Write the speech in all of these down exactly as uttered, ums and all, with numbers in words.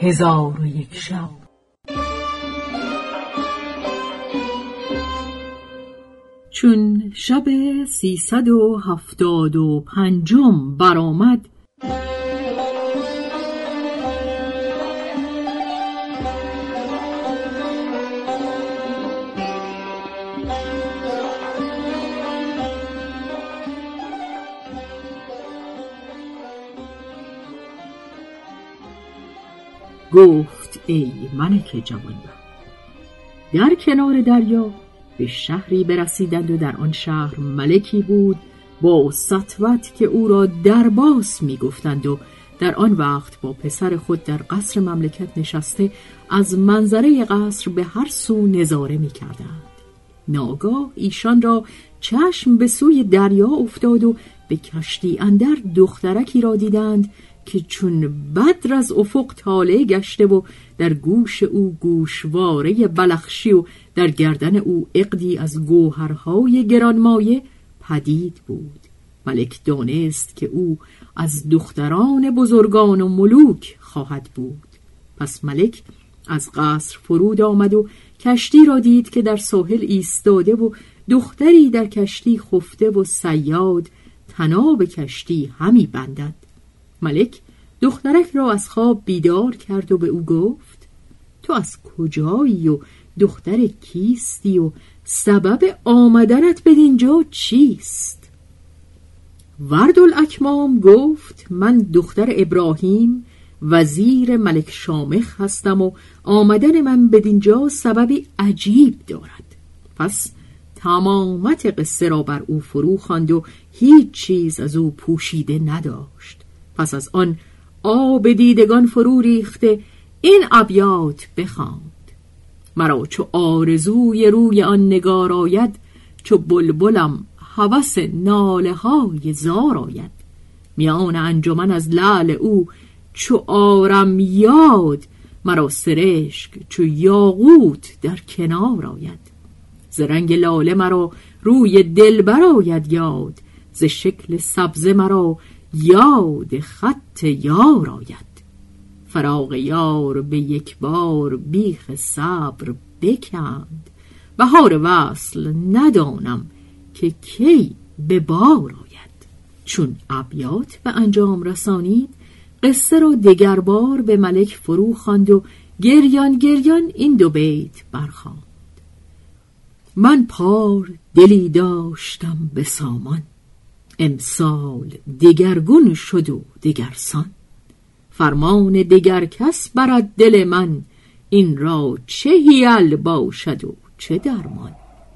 هزار و یک شب. چون شب سیصد و هفتاد و پنجم برآمد، گفت ای ملک جوانبخت. در کنار دریا به شهری برسیدند و در آن شهر ملکی بود با سطوت که او را درباس می گفتند و در آن وقت با پسر خود در قصر مملکت نشسته از منظره قصر به هر سو نظاره می کردند. ناگاه ایشان را چشم به سوی دریا افتاد و به کشتی اندر دخترکی را دیدند که چون بدر از افق طالع گشته و در گوش او گوشواره بلخشی و در گردن او عقدی از گوهرهای گرانمایه پدید بود. ملک دانست که او از دختران بزرگان و ملوک خواهد بود. پس ملک از قصر فرود آمد و کشتی را دید که در ساحل ایستاده و دختری در کشتی خفته و صیاد طناب کشتی همی بندد. ملک دخترک را از خواب بیدار کرد و به او گفت تو از کجایی و دختر کیستی و سبب آمدنت بدینجا چیست؟ وردالاکمام گفت من دختر ابراهیم وزیر ملک شامخ هستم و آمدن من بدینجا سببی عجیب دارد. پس تمامت قصه را بر او فرو خواند و هیچ چیز از او پوشیده نداشت. پس از آن آب دیدگان فرو ریخته این ابیات بخواند: مرا چو آرزوی روی آن نگار آید، چو بلبلم هوس ناله های زار آید. میان انجمن از لعل او چو آرم یاد، مرا سرشک چو یاقوت در کنار آید. ز رنگ لاله مرا روی دلبر آید یاد، ز شکل سبزه مرا یاد خط یار آید. فراق یار به یک بار بیخ صبر بکند، بهار وصل ندانم که کی به بار آید. چون ابیات به انجام رسانید، قصه را دگر بار به ملک فرو خواند و گریان گریان این دو بیت برخواند: من پار دلی داشتم به سامان، امسال دگرگون شد و دگرسان. فرمان دگر کس برد دل من، این را چه حیل باشد و چه درمان.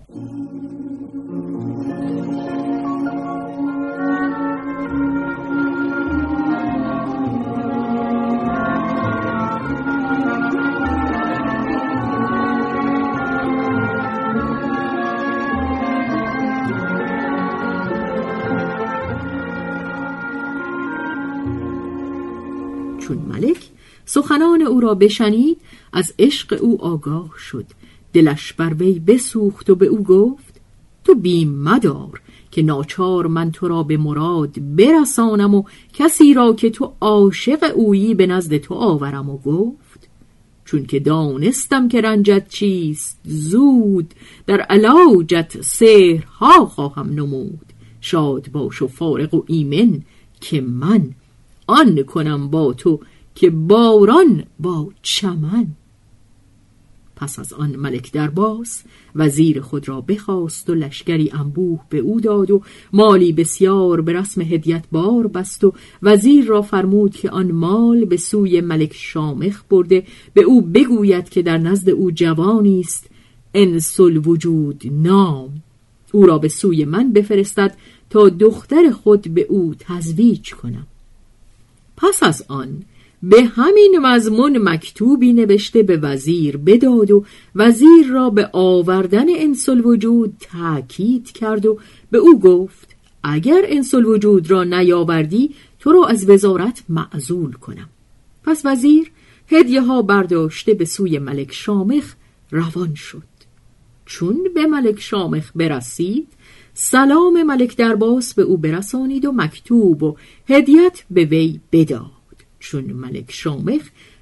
چون ملک سخنان او را بشنید، از عشق او آگاه شد، دلش بر وی بسوخت و به او گفت تو بیم مدار که ناچار من تو را به مراد برسانم و کسی را که تو عاشق اویی به نزد تو آورم. و گفت چون که دانستم که رنجت چیست، زود در علاجت سحرها خواهم نمود. شاد باش و فارغ و ایمن که من آن کنم با تو که باران با چمن. پس از آن ملک درباس وزیر خود را بخواست و لشکری انبوه به او داد و مالی بسیار به رسم هدیت بار بست و وزیر را فرمود که آن مال به سوی ملک شامخ برده به او بگوید که در نزد او جوانی است انس الوجود نام، او را به سوی من بفرستد تا دختر خود به او تزویج کنم. پس از آن به همین مضمون مکتوبی نوشته به وزیر بداد و وزیر را به آوردن انس الوجود تأکید کرد و به او گفت اگر انس الوجود را نیاوردی تو را از وزارت معزول کنم. پس وزیر هدیه ها برداشته به سوی ملک شامخ روان شد. چون به ملک شامخ برسید، سلام ملک درباس به او برسانید و مکتوب و هدیت به وی بداد. چون ملک شامخ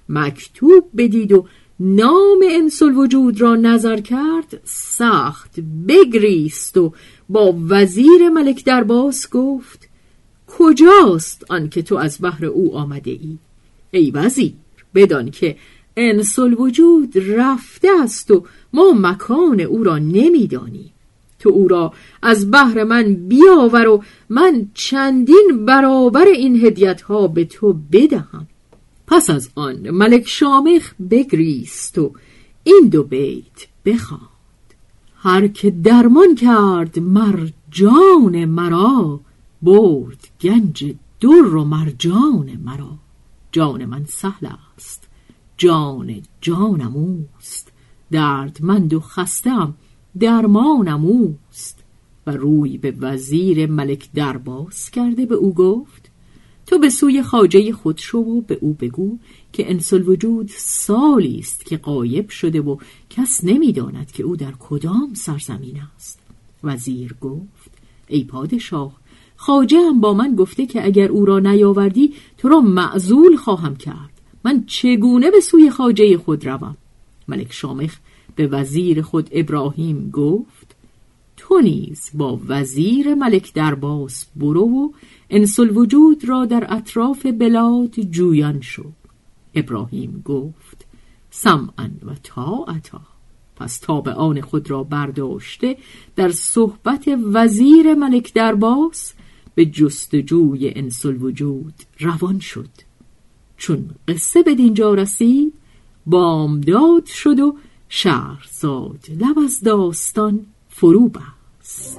مکتوب بدید و نام انس الوجود را نظر کرد، سخت بگریست و با وزیر ملک درباس گفت: کجاست آن که تو از بحر او آمده ای؟ ای وزیر، بدان که انس الوجود رفته است و ما مکان او را نمیدانیم. تو او را از بحر من بیاور و من چندین برابر این هدیت ها به تو بدهم. پس از آن ملک شامخ بگریست و این دو بیت بخواند: هر که درمان کرد مر جان مرا، برد گنج در و مرجان مرا. جان من سهل است، جان جانم اوست، دردمند و خستم درمانم اوست. و روی به وزیر ملک درباس کرده به او گفت: تو به سوی خواجه خود شو و به او بگو که انس الوجود سالی است که غایب شده و کس نمیداند که او در کدام سرزمین است. وزیر گفت: ای پادشاه، خواجه هم با من گفته که اگر او را نیاوردی تو را معزول خواهم کرد. من چگونه به سوی خواجه خود روم؟ ملک شامخ به وزیر خود ابراهیم گفت: تو نیز با وزیر ملک درباس برو و انس الوجود را در اطراف بلاد جویان شو. ابراهیم گفت: سمعا و طاعتا. پس تابعان خود را برداشته در صحبت وزیر ملک درباس به جستجوی انس الوجود روان شد. چون قصه به دینجا رسید، بامداد شد و شهرزاد لب از داستان فرو بست.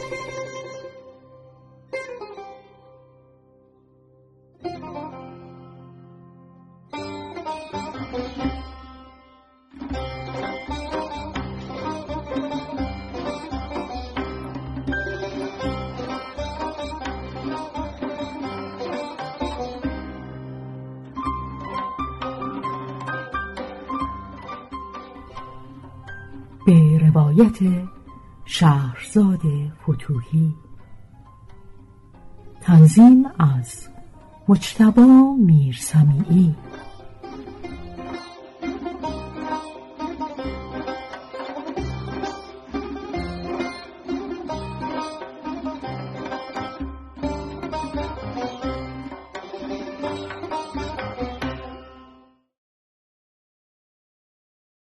به روایت شهرزاد فتوحی. تنظیم از مجتبی میرسمیعی.